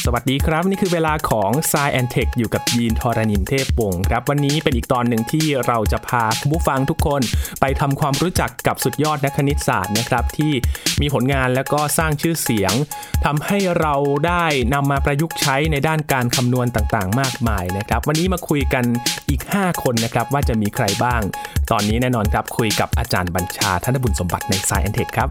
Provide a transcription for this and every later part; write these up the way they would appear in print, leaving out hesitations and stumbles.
สวัสดีครับนี่คือเวลาของ Science and Tech อยู่กับยีนทรณินเทพวงศ์ครับวันนี้เป็นอีกตอนหนึ่งที่เราจะพาคุณผู้ฟังทุกคนไปทำความรู้จักกับสุดยอดนักคณิตศาสตร์นะครับที่มีผลงานและก็สร้างชื่อเสียงทำให้เราได้นำมาประยุกต์ใช้ในด้านการคำนวณต่างๆมากมายนะครับวันนี้มาคุยกันอีก5คนนะครับว่าจะมีใครบ้างตอนนี้แน่นอนครับคุยกับอาจารย์บัญชาธนบุญสมบัติใน Science and Tech ครับ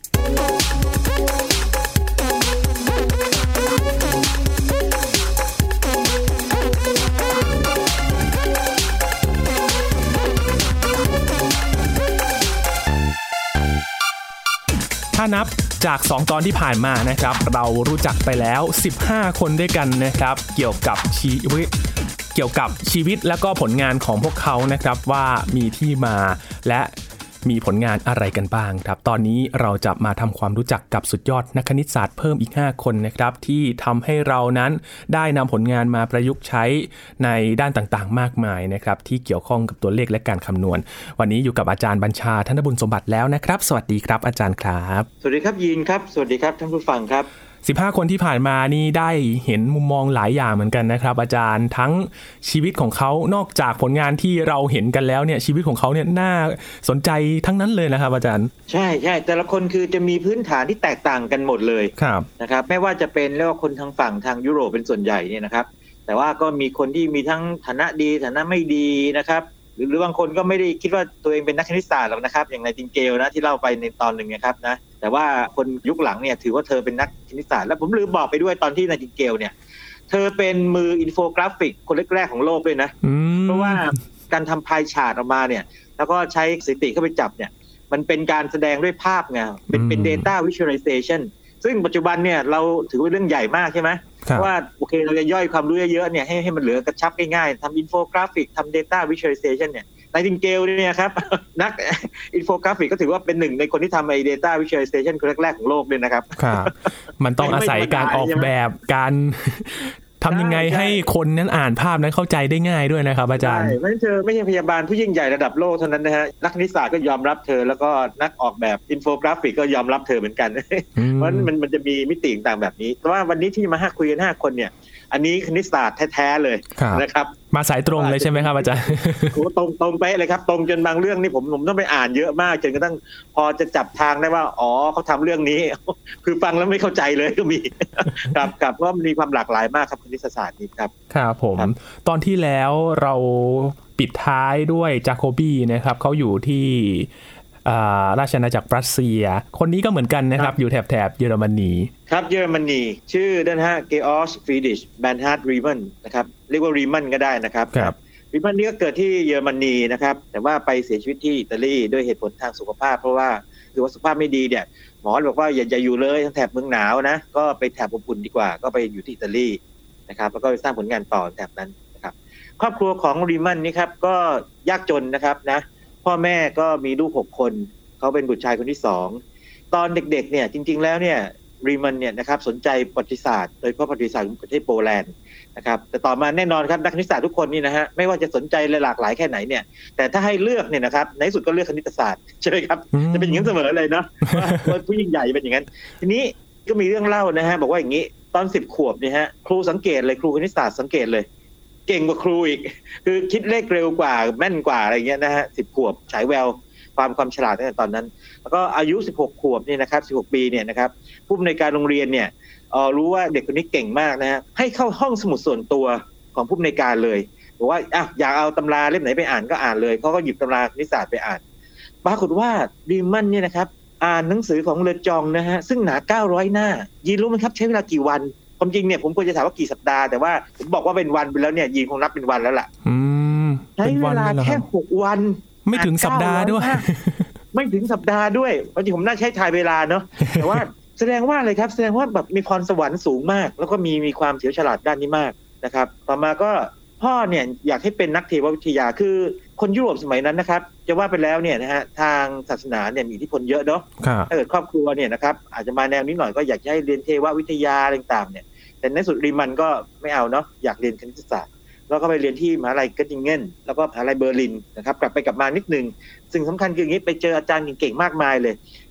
ถ้านับจาก2ตอนที่ผ่านมานะครับเรารู้จักไปแล้ว15คนด้วยกันนะครับเกี่ยวกับชีวิตและก็ผลงานของพวกเขานะครับว่ามีที่มาและมีผลงานอะไรกันบ้างครับตอนนี้เราจะมาทำความรู้จักกับสุดยอดนักคณิตศาสตร์เพิ่มอีก5คนนะครับที่ทำให้เรานั้นได้นำผลงานมาประยุกต์ใช้ในด้านต่างๆมากมายนะครับที่เกี่ยวข้องกับตัวเลขและการคำนวณวันนี้อยู่กับอาจารย์บัญชาธนบุญสมบัติแล้วนะครับสวัสดีครับอาจารย์ครับสวัสดีครับยีนครับสวัสดีครับท่านผู้ฟังครับ 15คนที่ผ่านมานี่ได้เห็นมุมมองหลายอย่างเหมือนกันนะครับอาจารย์ทั้งชีวิตของเขานอกจากผลงานที่เราเห็นกันแล้วเนี่ยชีวิตของเขาเนี่ยน่าสนใจทั้งนั้นเลยนะครับอาจารย์ใช่แต่ละคนคือจะมีพื้นฐานที่แตกต่างกันหมดเลยนะครับไม่ว่าจะเป็นเรียกว่าคนทางฝั่งทางยุโรปเป็นส่วนใหญ่เนี่ยนะครับแต่ว่าก็มีคนที่มีทั้งฐานะดีฐานะไม่ดีนะครับหรือบางคนก็ไม่ได้คิดว่าตัวเองเป็นนักคณิตศาสตร์หรอกนะครับอย่างในติงเกลนะที่เล่าไปในตอนหนึ่งนะครับนะแต่ว่าคนยุคหลังเนี่ยถือว่าเธอเป็นนักคณิตศาสตร์และผมลืมบอกไปด้วยตอนที่ในติงเกลเนี่ยเธอเป็นมืออินโฟกราฟิกคนแรกๆของโลกเลยนะเพราะว่าการทำพายชาร์ตออกมาเนี่ยแล้วก็ใช้สถิติเข้าไปจับเนี่ยมันเป็นการแสดงด้วยภาพไงเป็น data visualization ซึ่งปัจจุบันเนี่ยเราถือว่าเรื่องใหญ่มากใช่ไหมว่าโอเคเราจะย่อยความรู้เยอะๆเนี่ยให้มันเหลือกระชับง่ายๆทำอินโฟกราฟิกทำ data visualization เนี่ยในติงเกลเนี่ยครับนักอินโฟกราฟิกก็ถือว่าเป็นหนึ่งในคนที่ทำไอ้ data visualization คนแรกๆของโลกเลยนะครับมันต้องอาศัยการออกแบบการทำยังไงให้คนนั้นอ่านภาพนั้นเข้าใจได้ง่ายด้วยนะครับอาจารย์ไม่เจอไม่ใช่พยาบาลผู้ยิ่งใหญ่ระดับโลกเท่านั้นนะฮะนักคณิตศาสตร์ก็ยอมรับเธอแล้วก็นักออกแบบอินโฟกราฟิกก็ยอมรับเธอเหมือนกันเพราะมันจะมีมิติต่างแบบนี้แต่ว่าวันนี้ที่มาคุยกัน5คนเนี่ยอันนี้คณิตศาสตร์แท้ๆเลยนะครับมาสายตรงเลยใช่ไหมครับอาจารย์โอ้ตรงเป๊ะเลยครับตรงจนบางเรื่องนี่ผมต้องไปอ่านเยอะมากจนกระทั่งพอจะจับทางได้ว่าอ๋อเขาทำเรื่องนี้คือฟังแล้วไม่เข้าใจเลยก็มีครับเพราะมันมีความหลากหลายมากครับคณิตศาสตร์นี้ครับครับผมตอนที่แล้วเราปิดท้ายด้วยจาโคบี้นะครับเขาอยู่ที่ราชอาณาจักรรัสเซียคนนี้ก็เหมือนกันนะครับอยู่แถบเยอรมนีครับเยอรมนีชื่อนะฮะเกอร์สฟรีดิชแบนฮาร์ดรีมันนะครับเรียกว่ารีมันก็ได้นะครับรีมันนี่ก็เกิดที่เยอรมนีนะครับแต่ว่าไปเสียชีวิตที่อิตาลีด้วยเหตุผลทางสุขภาพเพราะว่าคือว่าสุขภาพไม่ดีเนี่ยหมอบอกว่าอย่าอยู่เลยทั้งแถบเมืองหนาวนะก็ไปแถบอบอุ่นดีกว่าก็ไปอยู่ที่อิตาลีนะครับแล้วก็ไปสร้างผลงานต่อแถบนั้นนะครับครอบครัวของรีมันนี่ครับก็ยากจนนะครับนะพ่อแม่ก็มีลูก6คนเขาเป็นบุตรชายคนที่2ตอนเด็กๆเนี่ยจริงๆแล้วเนี่ยรีมันเนี่ยนะครับสนใจประวัติศาสตร์โดยเฉพาะประวัติศาสตร์ของประเทศโปแลนด์นะครับแต่ต่อมาแน่นอนครับนักคณิตศาสตร์ทุกคนนี่นะฮะไม่ว่าจะสนใจหลากหลายแค่ไหนเนี่ยแต่ถ้าให้เลือกเนี่ยนะครับในที่สุดก็เลือกคณิตศาสตร์ใช่ไหมครับจะเป็นอย่างนั้นเสมอเลยเนาะว่าผู้ยิ่งใหญ่เป็นอย่างนั้นทีนี้ก็มีเรื่องเล่านะฮะบอกว่าอย่างนี้ตอน10ขวบเนี่ยฮะครูสังเกตเลยครูคณิตศาสตร์สังเกตเลยเก่งกว่าครูอีกคือคิดเลขเร็วกว่าแม่นกว่าอะไรเงี้ยนะฮะ10ขวบฉายแววความฉลาดตั้งแต่ตอนนั้นแล้วก็อายุ16ขวบเนี่ยนะครับ16ปีเนี่ยนะครับผู้อำนวยการโรงเรียนเนี่ยรู้ว่าเด็กคนนี้เก่งมากนะฮะให้เข้าห้องสมุดส่วนตัวของผู้อำนวยการเลยบอกว่าอยากเอาตำราเล่มไหนไปอ่านก็อ่านเลยเขาก็หยิบตำราคณิตศาสตร์ไปอ่านปรากฏว่ารีมันเนี่ยนะครับอ่านหนังสือของเลอจองนะฮะซึ่งหนา900หน้ายีนรู้ไหมครับใช้เวลากี่วันความจริงเนี่ยผมควรจะถามว่ากี่สัปดาห์แต่ว่าผมบอกว่าเป็นวันไปแล้วเนี่ยยีนคงนับเป็นวันแล้วล่ะใช้เวลาแค่6วันไม่ถึงสัปดาห์ด้วยไม่ถึงสัปดาห์ด้วยจริงผมน่าใช้ทายเวลาเนาะแต่ว่าแสดงว่าอะไรครับแสดงว่าแบบมีพรสวรรค์สูงมากแล้วก็มีความเฉลียวฉลาดด้านนี้มากนะครับต่อมาก็พ่อเนี่ยอยากให้เป็นนักเทววิทยาคือคนยุโรปสมัยนั้นนะครับจะว่าไปแล้วเนี่ยนะฮะทางศาสนาเนี่ยมีอิทธิพลเยอะเนาะถ้าเกิดครอบครัวเนี่ยนะครับอาจจะมาแนวนี้หน่อยก็อยากให้เรียนเทววิทยาต่างๆเนี่ยแต่ในสุดรีมันก็ไม่เอาเนาะอยากเรียนคณิตศาสตร์แล้วก็ไปเรียนที่มหาลัยเกตติงเกนแล้วก็มหาลัยเบอร์ลินนะครับกลับไปกลับมานิดนึงสิ่งสำคัญคืออย่างนี้ไปเจออาจารย์เก่งๆมากมายเลย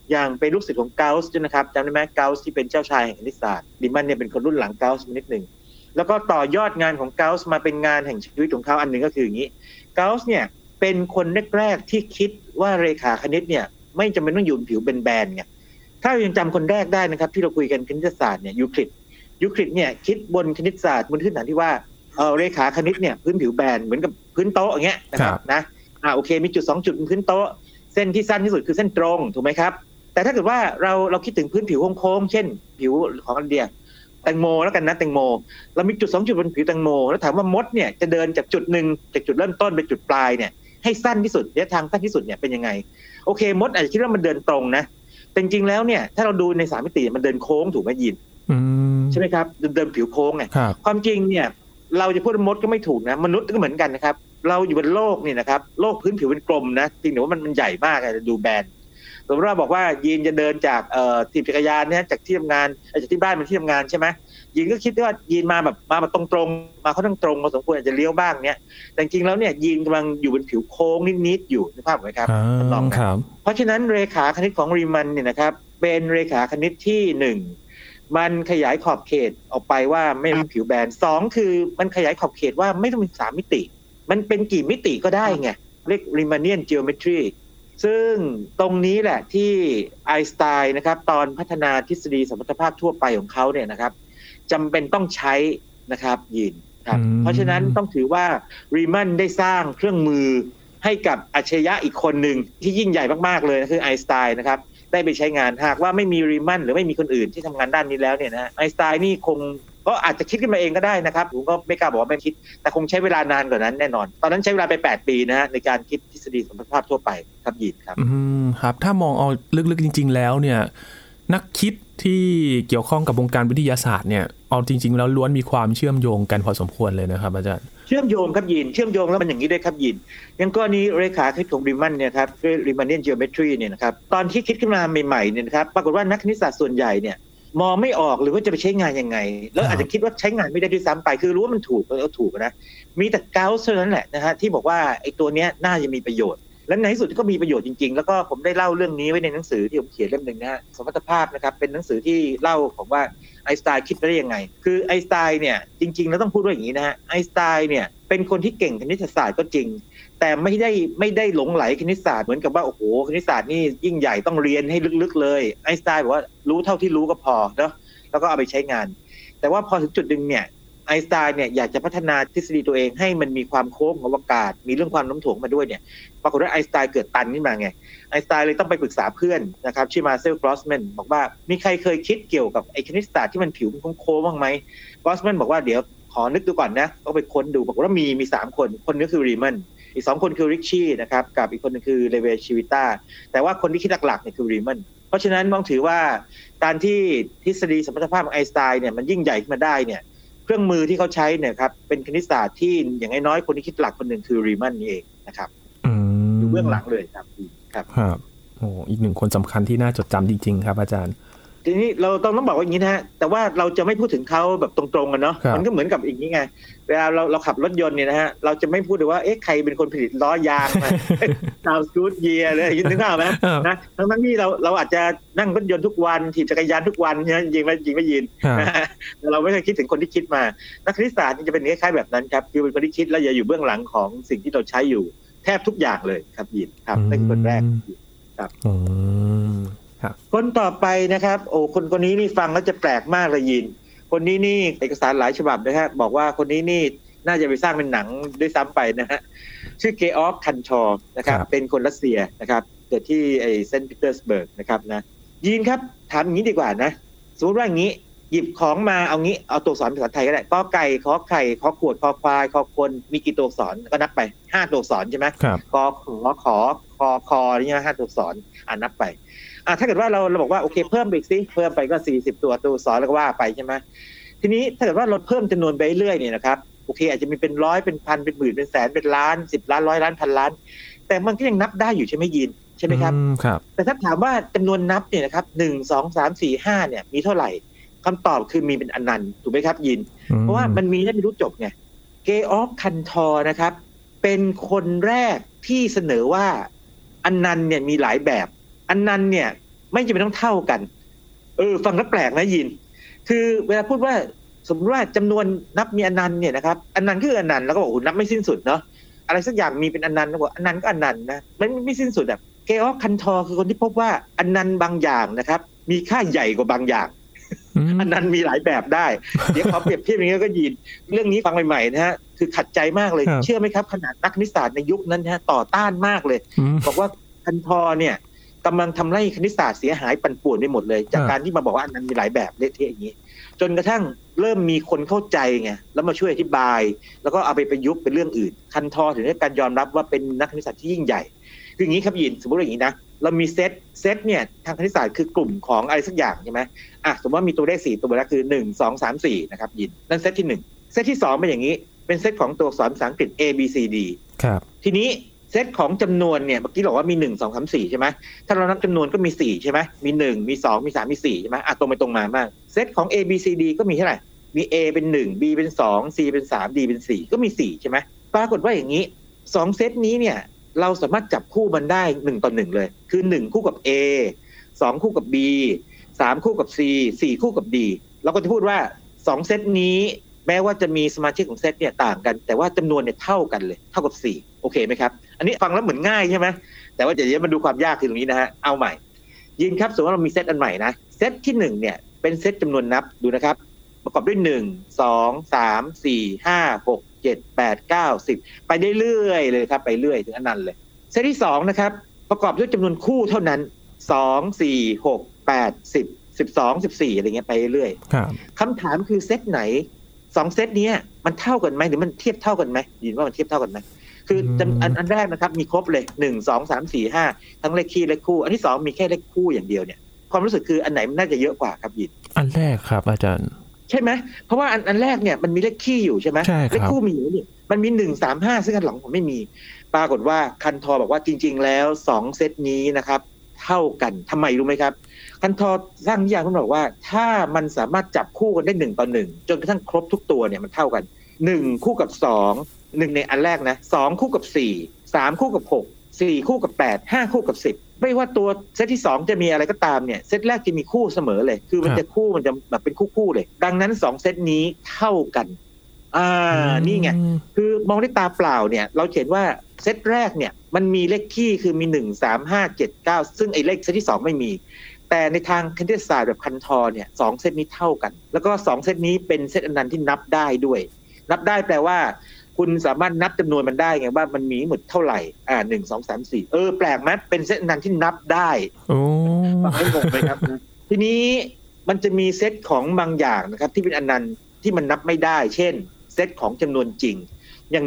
อย่างเป็นลูกศิษย์ของเกาส์นะครับจำได้ไหมเกาส์ที่เป็นเจ้าชายแห่งคณิตศาสตร์รีมันเนี่ยเป็นคนรุ่นหลังเกาส์นิดหนึ่งแล้วก็ต่อยอดงานของเกาส์มาเป็นงานแห่งชีวิตของเขาอันหนึ่งก็คืออย่างนี้เกาส์เนี่ยเป็นคนแรกๆที่คิดว่าเรขาคณิตเนี่ยไม่จำเป็นต้องอยู่บนผิวเป็นแบนไงถ้ายังจำคนแรกได้นะครับที่เราคุยกันคณิตศาสตร์เนี่ยยูคลิดเนี่ยคิดบนคณิตศาสตร์บนพื้นฐานที่ว่าเรขาคณิตเนี่ยพื้นผิวแบนเหมือนกับพื้นโต๊ะอย่างเงี้ยนะครับนะโอเคมีจุด2จุดบนพื้นโต๊ะเส้นที่สั้นที่สุดคือเส้นตรงถูกไหมครับแต่ถ้าเกิดว่าเราคิดถึงพื้นผิวโค้งๆเช่นผิวของอันเดียแตงโมแล้วกันนะแตงโมเรามีจุด2จุดบนผิวแตงโมแล้วถามว่ามดเนี่ยจะเดินจากจุดหนึ่งจากจุดเริ่มต้นไปจุดปลายเนี่ยให้สั้นที่สุดระยะทางสั้นที่สุดเนี่ยเป็นยังไงโอเคมดอาจจะคิดว่ามันเดินตรงนะแต่จริงๆแล้วเนี่ยถ้าเราดูใน3มิติมันเดินโค้งถูกไหมยินใช่ไหมครับเดินผิวโค้งไงความจริงเนี่ยเราจะพูดว่ามดก็ไม่ถูกนะมนุษย์ก็เหมือนกันนะครับเราอยู่บนโลกนี่นะครับโลกพื้นผิวเป็นกลมนะจริงแต่ว่ามันใหญ่มากดูแบนสมมติว่าบอกว่ายีนจะเดินจากถีบจักรยานเนี่ยจากที่ทำงานจากที่บ้านมาที่ทำงานใช่ไหมยีนก็คิดว่ายีนมาแบบตรงๆมาเขาตรงพอสมควรอาจจะเลี้ยวบ้างเนี่ยแต่จริงแล้วเนี่ยยีนกำลังอยู่บนผิวโค้งนิดๆอยู่ในภาพไหมครับลองนะเพราะฉะนั้นเรขาคณิตของรีมันเนี่ยนะครับเป็นเรขาคณิตที่1มันขยายขอบเขตออกไปว่าไม่ต้องผิวแบน2คือมันขยายขอบเขตว่าไม่ต้องเป็น3มิติมันเป็นกี่มิติก็ได้ไงเรียก Riemannian geometry ซึ่งตรงนี้แหละที่ไอน์สไตน์นะครับตอนพัฒนาทฤษฎีสมรรถภาพทั่วไปของเขาเนี่ยนะครับจำเป็นต้องใช้นะครับยินครับเพราะฉะนั้นต้องถือว่ารีมันได้สร้างเครื่องมือให้กับอัจฉริยะอีกคนหนึ่งที่ยิ่งใหญ่มากๆเลยคือไอน์สไตน์นะครับได้ไปใช้งานหากว่าไม่มีรีมันหรือไม่มีคนอื่นที่ทำงานด้านนี้แล้วเนี่ยนะไอน์สไตน์นี่คงก็อาจจะคิดขึ้นมาเองก็ได้นะครับผมก็ไม่กล้าบอกว่าไม่คิดแต่คงใช้เวลานานกว่านั้นแน่นอนตอนนั้นใช้เวลาไป8ปีนะฮะในการคิดทฤษฎีสมรรถภาพทั่วไปครับยินครับครับถ้ามองเอาลึกๆจริงๆแล้วเนี่ยนักคิดที่เกี่ยวข้องกับวงการวิทยาศาสตร์เนี่ยเอาจริงๆแล้วล้วนมีความเชื่อมโยงกันพอสมควรเลยนะครับอาจารย์เชื่อมโยงครับยินเชื่อมโยงแล้วมันอย่างนี้ด้วยครับยินอย่างกรณีเรขาคณิตของรีมันเนี่ยครับคือ Riemannian geometry เนี่ยนะครับตอนที่คิดขึ้นมาใหม่ๆเนี่ยนะครับปรากฏว่านักคณิตศาสตร์ส่วนใหญ่เนี่ยมองไม่ออกหรือว่าจะไปใช้งานยังไงแล้วอาจจะคิดว่าใช้งานไม่ได้ด้วยซ้ำไปคือรู้ว่ามันถูกแล้วถูกนะมีแต่เกาส์เท่านั้นแหละนะฮะที่บอกว่าไอ้ตัวเนี้ยน่าจะมีประโยชน์และในที่สุดก็มีประโยชน์จริงๆแล้วก็ผมได้เล่าเรื่องนี้ไว้ในหนังสือที่ผมเขียนเล่มนึงนะฮะสมรรถภาพนะครับเป็นหนังสือที่เล่าของว่าไอน์สไตน์คิดได้ยังไงคือไอน์สไตน์เนี่ยจริงๆแล้วต้องพูดว่าอย่างนี้นะฮะไอน์สไตน์เนี่ยเป็นคนที่เก่งคณิตศาสตร์ก็จริงแต่ไม่ได้หลงไหลคณิตศาสตร์เหมือนกับว่าโอ้โหคณิตศาสตร์นี่ยิ่งใหญ่ต้องเรียนให้ลึกๆเลยไอน์สไตน์บอกว่ารู้เท่าที่รู้ก็พอเนาะแล้วก็เอาไปใช้งานแต่ว่าพอถึงจุดนึงเนี่ยไอน์สไตน์เนี่ยอยากจะพัฒนาทฤษฎีตัวเองให้มันมีความโค้งของอวกาศมีเรื่องความโน้มถ่วงมาด้วยเนี่ยปรากฏว่าไอน์สไตน์เกิดตันขึ้นมาไงไอน์สไตน์เลยต้องไปปรึกษาเพื่อนนะครับชื่อมาเซล กรอสแมนบอกว่ามีใครเคยคิดเกี่ยวกับไอคณิตศาสตร์ที่มันผิวมันโค้งบ้างไหมกรอสแมนบอกว่าเดี๋ยวขอนึกดูก่อนนะต้องไปค้นดูบอกว่ามี3คนนึงคือรีมันอีก2คนคือริชชี่นะครับกับอีกคนนึงคือเลเวชิวิต้าแต่ว่าคนที่คิดหลักๆเนี่ยคือรีมันเพราะฉะนั้นมองถือว่าการที่ทฤษฎีสมรรถภาพของไอน์สไตน์เนี่ยมันยิ่งใหญ่ขึ้นมาได้เนี่ยเครื่องมือที่เขาใช้เนี่ยครับเป็นคณิตศาสตร์ที่อย่างน้อยคนที่คิดหลักคนหนึ่งคือรีมันนี่เองนะครับอยู่เบื้องหลังเลยครับครับโอ้อีกหนึ่งคนสำคัญที่น่าจดจำจริงๆครับอาจารย์ทีนี้เราต้องบอกว่าอย่างนี้นะฮะแต่ว่าเราจะไม่พูดถึงเขาแบบตรงๆกันเนาะมันก็เหมือนกับอย่างนี้ไงเวลาเราขับรถยนต์เนี่ยนะฮะเราจะไม่พูดเลยว่าเอ๊ะใครเป็นคนผลิตล้อยางมาซาวด์กู๊ดเยียร์เลยนึกออกไหมนะทั้งที่เราอาจจะนั่งรถยนต์ทุกวันถีบจักรยานทุกวันเนี่ยจริงไม่ยินนะฮะเราไม่เคยคิดถึงคนที่คิดมานักคณิตศาสตร์จะเป็นคล้ายๆแบบนั้นครับคือเป็นคนที่คิดแล้วอย่าอยู่เบื้องหลังของสิ่งที่เราใช้อยู่แทบทุกอย่างเลยครับยินครับนั่นคือคนแรกครับคนต่อไปนะครับโอ้คนนี้นี่ฟังแล้วจะแปลกมากเลยยินคนนี้นี่เอกสารหลายฉบับนะฮะบอกว่าคนนี้นี่น่าจะไปสร้างเป็นหนังด้วยซ้ำไปนะฮะชื่อเกอร์ คันชอร์นะครับเป็นคนรัสเซียนะครับเกิดที่เซนต์ปีเตอร์สเบิร์กนะครับนะยินครับถามอย่างนี้ดีกว่านะสมมติว่าอย่างนี้หยิบของมาเอาตัวอักษรภาษาไทยก็ได้กอไก่ขอไข่ขอขวดคอควายคอคนมีกี่ตัวอักษรก็นับไป5ตัวอักษรใช่ไหมกอขอคอนี่5ตัวอักษรนับไปถ้าเกิดว่าเราบอกว่าโอเคเพิ่มอีกสิเพิ่มไปก็40ตัวอักษรแล้วก็ว่าไปใช่ไหมทีนี้ถ้าเกิดว่าเราเพิ่มจำนวนไปเรื่อยเนี่ยนะครับโอเคอาจจะมีเป็นร้อยเป็นพันเป็นหมื่นเป็นแสนเป็นล้าน10ล้าน100ล้านพันล้านแต่มันก็ยังนับได้อยู่ใช่ไหมยินใช่ไหมครับแต่ถ้าถามว่าจำนวนนับเนี่ยนะครับ1 2 3 4 5เนี่ยมีเท่าไหร่คำตอบคือมีเป็นอนันต์ถูกไหมครับยินเพราะว่ามันมีได้ไม่รู้จบไงเกอร์ คันทอร์นะครับเป็นคนแรกที่เสนอว่าอนันต์เนี่ยมีหลายแบบอนันต์เนี่ยไม่จำเป็นต้องเท่ากันฟังแล้วแปลกนะยินคือเวลาพูดว่าสมมติว่าจำนวนนับมีอนันต์เนี่ยนะครับอนันต์คืออนันต์แล้วก็บอกนับไม่สิ้นสุดเนาะอะไรสักอย่างมีเป็นอนันต์แล้วบอกอนันต์ก็อนันต์นะไม่สิ้นสุดแบบเกอร์คันทอร์คือคนที่พบว่าอนันต์บางอย่างนะครับมีค่าใหญ่กว่าบางอย่างอนันต์มีหลายแบบได้เดี๋ยวขอเปรียบเทียบอย่างนี้ก็ยินเรื่องนี้ฟังใหม่ๆนะฮะคือขัดใจมากเลยเชื่อไหมครับขนาดนักคณิตศาสตร์ในยุคนั้นนะต่อต้านมากเลยบอกว่าคันทอร์เนี่ยกำลังทำให้คณิตศาสตร์เสียหายปั่นป่วนไปหมดเลยจากการที่มาบอกว่าอนันต์มีหลายแบบเละเทะอย่างนี้จนกระทั่งเริ่มมีคนเข้าใจไงแล้วมาช่วยอธิบายแล้วก็เอาไปประยุกต์เป็นเรื่องอื่นคันทอร์ถึงได้การยอมรับว่าเป็นนักคณิตศาสตร์ที่ยิ่งใหญ่คืออย่างนี้ครับยินสมมติอย่างนี้นะเรามีเซตเนี่ยทางคณิตศาสตร์คือกลุ่มของอะไรสักอย่างใช่ไหมสมมติว่ามีตัวเลข4ตัวแล้วคือ1 2 3 4นะครับยินนั่นเซตที่1เซตที่2เป็นอย่างนี้เป็นเซตของตัวอักษรภาษาอังกฤษ A B C D ครับทีนี้เซตของจำนวนเนี่ยเมื่อกี้บอกว่ามี1 2 3 4ใช่ไหมถ้าเรานับจำนวนก็มี4ใช่ไหมมี1มี2มี3มี4ใช่ไหมตรงไปตรงมามากเซตของ A B C D ก็มีเท่าไหร่มี A เป็น1 B เป็น2 C เป็น3 D เป็น4ก็มี4ใช่ไหมปรากฏว่าอย่างนี้2เซตนี้เนี่ยเราสามารถจับคู่มันได้1 ต่อ 1เลยคือ1คู่กับ A 2คู่กับ B 3คู่กับ C 4คู่กับ D เราก็จะพูดว่า2เซตนี้แม้ว่าจะมีสมาชิกของเซตเนี่ยต่างกันแต่ว่าจำนวนเนี่ยเท่ากันเลยเท่ากับ4โอเคไหมครับอันนี้ฟังแล้วเหมือนง่ายใช่ไหมแต่ว่าเดี๋ยวมาดูความยากคือตรงนี้นะฮะเอาใหม่ยินครับสมมติว่าเรามีเซตอันใหม่นะเซตที่1เนี่ยเป็นเซตจำนวนนับดูนะครับประกอบด้วย1 2 3 4 5 6 7 8 9 10ไปเรื่อยๆเลยครับไปเรื่อยถึงอนันต์เลยเซตที่2นะครับประกอบด้วยจำนวนคู่เท่านั้น2 4 6 8 10 12 14อะไรเงี้ยไปเรื่อยคำถามคือเซตไหน2เซตนี้มันเท่ากันไหมหรือมันเทียบเท่ากันไหมยินว่ามันเทียบเท่ากันไหมคืออันแรกนะครับมีครบเลย1 2 3 4 5ทั้งเลขคี่เลขคู่อันที่2มีแค่เลขคู่อย่างเดียวเนี่ยความรู้สึกคืออันไหนมันน่าจะเยอะกว่าครับยินอันแรกครับอาจารย์ใช่ไหมเพราะว่าอันแรกเนี่ยมันมีเลขคี่อยู่ใช่ไหมเลขคู่มีอยู่นี่มันมี1 3 5ซึ่งอันหลังผมไม่มีปรากฏว่าคันทอบอกว่าจริงๆแล้ว2เซตนี้นะครับเท่ากันทำไมรู้ไหมครับคันทอสร้างนิยามขึ้นมาบอกว่าถ้ามันสามารถจับคู่กันได้1 ต่อ 1จนกระทั่งครบทุกตัวเนี่ยมันเท่ากัน1คู่กับ2 1ในอันแรกนะ2คู่กับ4 3คู่กับ6 4คู่กับ8 5คู่กับ10ไม่ว่าตัวเซตที่2จะมีอะไรก็ตามเนี่ยเซตแรกจะมีคู่เสมอเลยคือมันจะคู่มันจะแบบเป็นคู่ๆเลยดังนั้น2เซตนี้เท่ากันนี่ไงคือมองด้วยตาเปล่าเนี่ยเราเห็นว่าเซตแรกเนี่ยมันมีเลขคี่คือมี1 3 5 7 9ซึ่งไอ้เลขเซตที่2ไม่มีแต่ในทางคณิตศาสตร์แบบคันทอเนี่ย2เซตนี้เท่ากันแล้วก็2เซตนี้เป็นเซตอนันต์ที่นับได้ด้วยนับได้แปลว่าคุณสามารถนับจำนวนมันได้ไงว่ามันมีหมดเท่าไหร่1 2 3 4แปลกไหมเป็นเซตอนันต์ที่นับได้ฟังให้งงไหมครับทีนี้มันจะมีเซตของบางอย่างนะครับที่เป็นอนันต์ที่มันนับไม่ได้เช่นเซตของจำนวนจริงอย่าง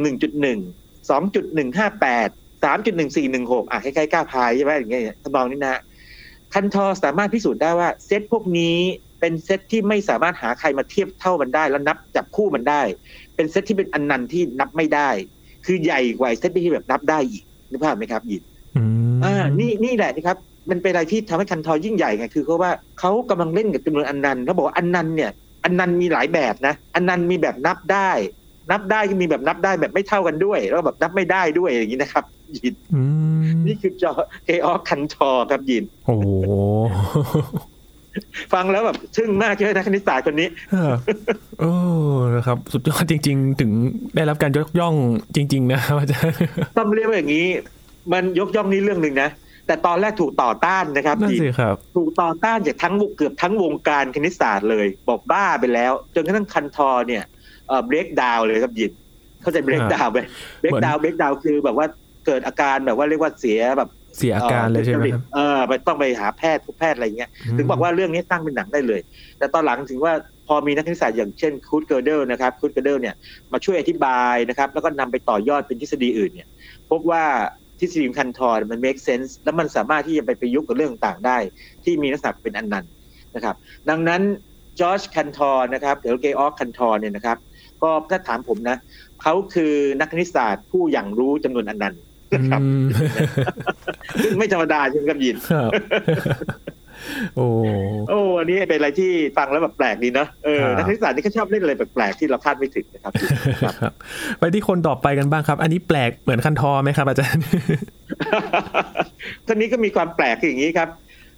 1.1 2.158 3.1416คล้ายๆก้าวพายใช่ไหมอย่างเงี้ยทำนองนี้นะคันทอสามารถพิสูจน์ได้ว่าเซตพวกนี้เป็นเซตที่ไม่สามารถหาใครมาเทียบเท่ามันได้แล้วนับจับคู่มันได้เป็นเซตที่เป็นอนันต์ที่นับไม่ได้คือใหญ่กว่าเซตที่แบบนับได้อีกนึกภาพไหมครับยินนี่แหละนะครับมันเป็นอะไรที่ทำให้คันทอยิ่งใหญ่ไงคือเพราะว่าเขากำลังเล่นกับจำนวนอนันต์เขาบอกว่าอนันต์เนี่ยอนันต์มีหลายแบบนะอนันต์มีแบบนับได้ก็มีแบบนับได้แบบไม่เท่ากันด้วยแล้วแบบนับไม่ได้ด้วยอย่างนี้นะครับยินนี่คือจอเกอร์คันทอครับยินโอ้ฟังแล้วแบบทึ่งมากเลยนะคณิตศาสตร์คนนี้นะครับสุดยอดจริงๆถึงได้รับการยกย่องจริงๆนะครับอาจารย์ต้องเรียกว่าอย่างนี้มันยกย่องนี่เรื่องนึงนะแต่ตอนแรกถูกต่อต้านนะครับนั่นสิครับถูกต่อต้านจากเกือบทั้งวงการคณิตศาสตร์เลยบอกบ้าไปแล้วจนกระทั่งคันทอเนี่ยbreak down เลยครับยินเข้าใจ break down ไหม break down คือแบบว่าเกิดอาการแบบว่าเรียกว่าเสียอาการเลยใช่ไหมครับไปต้องไปหาแพทย์อะไรเงี้ยถึงบอกว่าเรื่องนี้สร้างเป็นหนังได้เลยแต่ตอนหลังถึงว่าพอมีนักคณิตศาสตร์อย่างเช่นคูดเกอร์เดลนะครับคูดเกอร์เดลเนี่ยมาช่วยอธิบายนะครับแล้วก็นำไปต่อยอดเป็นทฤษฎีอื่นเนี่ยพบว่าทฤษฎีคันทอมัน make sense แล้วมันสามารถที่จะไปประยุกต์กับเรื่องต่างๆได้ที่มีลักษณะเป็นอนันต์นะครับดังนั้นจอร์จคันทอนะครับหรือเกอร์คันทอเนี่ยนะครับก็ถ้าถามผมนะเขาคือนักคณิตศาสตร์ผู้อย่างรู้จำนวนอนันต์นะครับซึ่งไม่ธรรมดาใช่ไหมครับยินโอ้อันนี้เป็นอะไรที่ฟังแล้วแบบแปลกดีเนาะนักคณิตศาสตร์นี่เขาชอบเล่นอะไรแปลกๆที่เราคาดไม่ถึงนะครับไปที่คนต่อไปกันบ้างครับอันนี้แปลกเหมือนคันทอไหมครับอาจารย์ท่านนี้ก็มีความแปลกอย่างนี้ครับ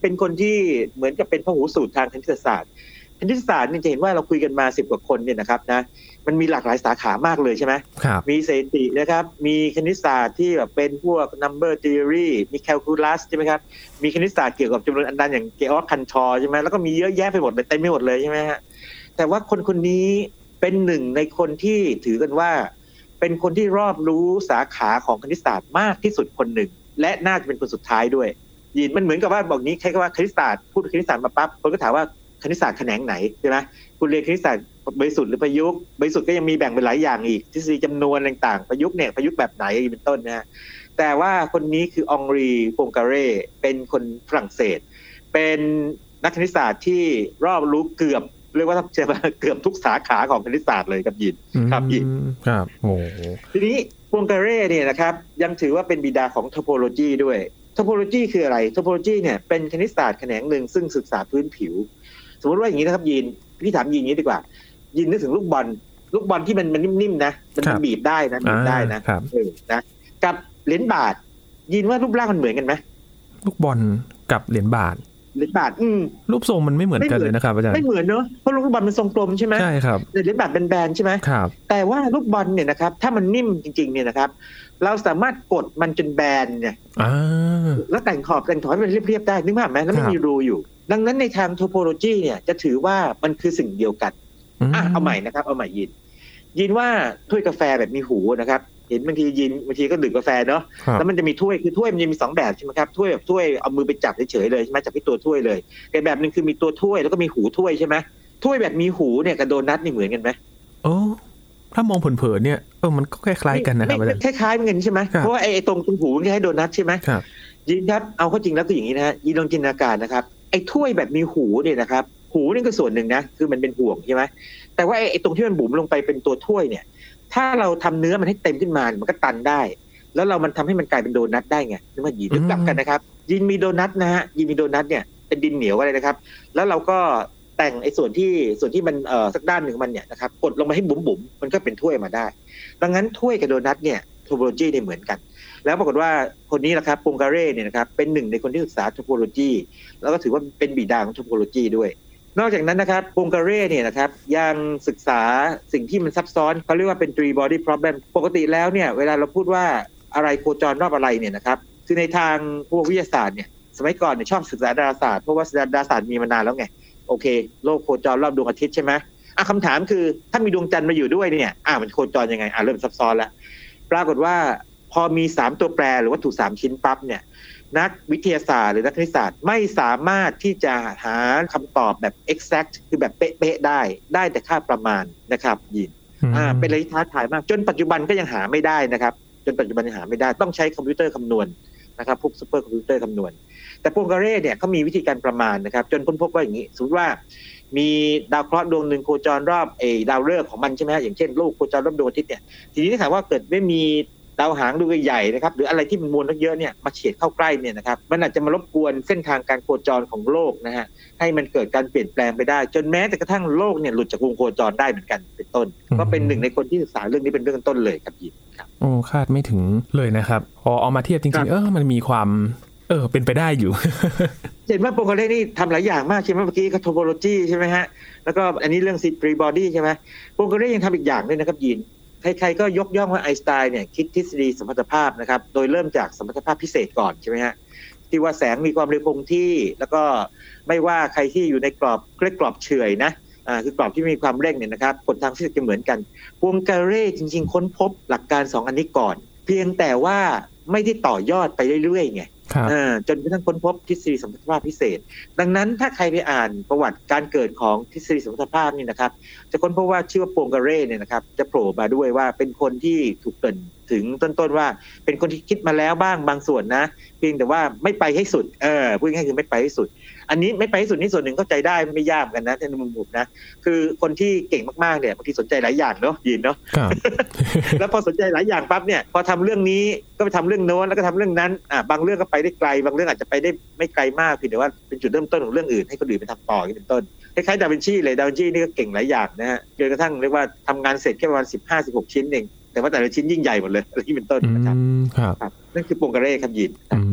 เป็นคนที่เหมือนกับเป็นพหูสูตรทางคณิตศาสตร์คณิตศาสตร์นี่จะเห็นว่าเราคุยกันมา10กว่าคนเนี่ยนะครับนะมันมีหลากหลายสาขามากเลยใช่ไหมมีสถิตินะครับมีคณิตศาสตร์ที่แบบเป็นพวก number theory มี calculus ใช่ไหมครับมีคณิตศาสตร์เกี่ยวกับจำนวนอันดันอย่างเกอร์คันทอร์ใช่ไหมแล้วก็มีเยอะแยะไปหมดเลยเต็มไปหมดเลยใช่ไหมฮะแต่ว่าคนนี้เป็นหนึ่งในคนที่ถือกันว่าเป็นคนที่รอบรู้สาขาของคณิตศาสตร์มากที่สุดคนหนึ่งและน่าจะเป็นคนสุดท้ายด้วยยินมันเหมือนกับว่าบอกนี้ใครก็ว่าคณิตศาสตร์พูดคณิตศาสตร์มาปั๊บคนก็ถามว่าคณิตศาสตร์แขนงไหนใช่ไหมคุณเรียนคณิตศาสตร์บริสุทธิ์หรือประยุกต์บริสุทธิ์ก็ยังมีแบ่งเป็นหลายอย่างอีกทฤษฎีจำนวนต่างๆประยุกต์เนี่ยประยุกต์แบบไหนเป็นต้นนะฮะแต่ว่าคนนี้คือองรีโปงการ่เป็นคนฝรั่งเศสเป็นนักคณิตศาสตร์ที่รอบรู้เกือบเรียกว่าจะเกือบทุกสาขาของคณิตศาสตร์เลยครับยินครับยินครับโอ้ทีนี้โปงการ่เนี่ยนะครับยังถือว่าเป็นบิดาของโทโพโลจีด้วยโทโพโลจีคืออะไรโทโพโลจีเนี่ยเป็นคณิตศาสตร์แขนงหนึ่งซึ่งศึกษาพื้นผิวสมมติว่าอย่างนี้นะครับยินพี่ถามยินอย่างนี้ดีกว่ายินนึกถึงลูกบอลที่มันนิ่มๆนะมันบีบได้นะบีบได้นะนะกับเหรียญบาทยินว่ารูปร่างมันเหมือนกันไหมลูกบอลกับเหรียญบาทรูปทรงมันไม่เหมือนกันเลยนะครับอาจารย์ไม่เหมือนเนอะเพราะลูกบอลมันทรงกลมใช่ไหมใช่ครับเหรียญบาทเป็นแบนใช่ไหมครับแต่ว่าลูกบอลเนี่ยนะครับถ้ามันนิ่มจริงๆเนี่ยนะครับเราสามารถกดมันจนแบนเนี่ยแล้วแต่งขอบแต่งถอยมันเรียบๆได้นึกภาพไหมแล้วไม่มีรูอยู่ดังนั้นในทางโทโพโลจีเนี่ยจะถือว่ามันคือสิ่งเดียวกันเอาใหม่นะครับเอาใหม่ยินว่าถ้วยกาแฟแบบมีหูนะครับเห็นบางทีก็ดื่มกาแฟเนาะแล้วมันจะมีถ้วยคือถ้วยมันจะมี2แบบใช่ไหมครับถ้วยแบบถ้วยเอามือไปจับเฉยๆเลยใช่ไหมจับที่ตัวถ้วยเลยแต่แบบนึงคือมีตัวถ้วยแล้วก็มีหูถ้วยใช่ไหมถ้วยแบบมีหูเนี่ยกับโดนัทนี่เหมือนกันไหมโอ้ถ้ามองเผินๆเนี่ยมันก็คล้ายๆกันนะครับคล้ายๆเหมือนกันใช่ไหมเพราะว่าไอ้ตรงหูมันคล้ายโดนัทใช่ไหมยินครับเอาเข้าจริงแล้วคืออย่างนี้นะฮะยินลองจินตนาการนะครับไอ้ถ้วยแบบมีหูเนี่ยนะครับหูนี่ก็ส่วนหนึ่งนะคือมันเป็นห่วงใช่ไหมแต่ว่าไอ้ตรงที่มันบุ๋มลงไปเป็นตัวถ้วยเนี่ยถ้าเราทำเนื้อมันให้เต็มขึ้นมามันก็ตันได้แล้วเรามันทำให้มันกลายเป็นโดนัทได้ไงนึกว่ายินนึกกลับกันนะครับยินมีโดนัทนะฮะยินมีโดนัทเนี่ยเป็นดินเหนียวอะไรนะครับแล้วเราก็แต่งไอ้ส่วนที่มันสักด้านหนึ่งมันเนี่ยนะครับกดลงมาให้บุ๋มมันก็เป็นถ้วยมาได้ดังนั้นถ้วยกับโดนัทเนี่ยโทโพโลจีเนี่ยเหมือนกันแล้วปรากฏว่าคนนี้แหละครับโปงการ่เนี่ยนะครับเป็นหนึ่งในคนที่ศึกษาโทโพโลจีแล้วก็ถือว่าเป็นบิดาของโทโพโลจีด้วยนอกจากนั้นนะครับโปงการ่เนี่ยนะครับยังศึกษาสิ่งที่มันซับซ้อนเขาเรียกว่าเป็น three body problem ปกติแล้วเนี่ยเวลาเราพูดว่าอะไรโคจรรอบอะไรเนี่ยนะครับคือในทางพวกวิทยาศาสตร์เนี่ยสมัยก่อนเนี่ยชอบศึกษาดาราศาสตร์เพราะว่าดาราศาสตร์มีมานานแล้วไงโอเคโลกโคจรรอบดวงอาทิตย์ใช่ไหมคำถามคือถ้ามีดวงจันทร์มาอยู่ด้วยเนี่ยมันโคจรยังไงเริ่มซับซ้อนแล้วปรากฏว่าพอมี3ตัวแปรหรือวัตถุ3ชิ้นปั๊บเนี่ยนักวิทยาศาสตร์หรือนักคณิตศาสตร์ไม่สามารถที่จะหาคำตอบแบบ exact คือแบบเป๊ะๆได้แต่ค่าประมาณนะครับยินเป็นอะไรที่ท้าทายมากจนปัจจุบันก็ยังหาไม่ได้นะครับจนปัจจุบันยังหาไม่ได้ต้องใช้คอมพิวเตอร์คำนวณนะครับพวกซูเปอร์คอมพิวเตอร์คำนวณแต่โปงการ่เนี่ยเขามีวิธีการประมาณนะครับจนค้นพบว่าอย่างนี้สมมติว่ามีดาวเคราะห์ดวงหนึ่งโคจรรอบดาวฤกษ์ของมันใช่ไหมอย่างเช่นโลกโคจรรอบดวงอาทิตย์เนี่ยทีนี้ถ้าถามว่าเกิดไม่มีดาวหางดวงใหญ่ๆนะครับหรืออะไรที่มันมวลเยอะเนี่ยมาเฉียดเข้าใกล้เนี่ยนะครับมันอาจจะมารบกวนเส้นทางการโคจรของโลกนะฮะให้มันเกิดการเปลี่ยนแปลงไปได้จนแม้แต่กระทั่งโลกเนี่ยหลุดจากวงโคจรได้เหมือนกันเป็นต้นก็เป็นหนึ่งในคนที่ศึกษาเรื่องนี้เป็นเรื่องต้นเลยครับยินครับโอ้คาดไม่ถึงเลยนะครับพอเอามาเทียบจริงๆมันมีความเป็นไปได้อยู่เห็นว่าโปงการ่นี่ทำหลายอย่างมากใช่ไหมเมื่อกี้ก็โทโพโลจีใช่ไหมฮะแล้วก็อันนี้เรื่องthree bodyใช่ไหมโปงการ่ยังทำอีกอย่างด้วยนะครับยินใครๆก็ยกย่องว่าไอน์สไตน์เนี่ยคิดทฤษฎีสัมพัทธภาพนะครับโดยเริ่มจากสัมพัทธภาพพิเศษก่อนใช่ไหมฮะที่ว่าแสงมีความเร็วคงที่แล้วก็ไม่ว่าใครที่อยู่ในกรอบเฉื่อยนะคือกรอบที่มีความเร่งเนี่ยนะครับกฎทางฟิสิกส์จะเหมือนกันโปงการ่จริงๆค้นพบหลักการ2อันนี้ก่อนเพียงแต่ว่าไม่ได้ต่อยอดไปเรื่อยๆไงจนกระทั่งค้นพบทฤษฎีสัมพัทธภาพพิเศษดังนั้นถ้าใครไปอ่านประวัติการเกิดของทฤษฎีสัมพัทธภาพนี่นะครับจะค้นพบว่าชื่อว่าโปงการ่เนี่ยนะครับจะโผล่มาด้วยว่าเป็นคนที่ถูกเกริ่นถึงต้นๆว่าเป็นคนที่คิดมาแล้วบ้างบางส่วนนะเพียงแต่ว่าไม่ไปให้สุดพูดง่ายๆคือไม่ไปให้สุดอันนี้ไม่ไปให้สุดนี่ส่วนหนึ่งเข้าใจได้ไม่ยากกันนะในมุมผมนะคือคนที่เก่งมากๆเนี่ยบางทีสนใจหลายอย่างเนาะยินเนาะ แล้วพอสนใจหลายอย่างปั๊บเนี่ยพอทำเรื่องนี้ก็ไปทำเรื่องโน้นแล้วก็ทำเรื่องนั้นบางเรื่องก็ไปได้ไกลบางเรื่องอาจจะไปได้ไม่ไกลมากเพียงแต่ว่าเป็นจุดเริ่มต้นของเรื่องอื่นให้คนอื่นไปทำต่ออย่างเป็นต้นคล้ายๆดาวินชีเลยดาวินชีนี่ก็เก่งหลายอย่างนะฮะจนกระทั่งเรียกว่าทำงานเสร็จแค่ประมาณ15-16 ชิ้นเองแต่ว่าแต่ละชิ้นยิ่งใหญ่หมดเลยอะไรที่เป็นต้นนะครับนั่นคือโปงการ่ครับยิน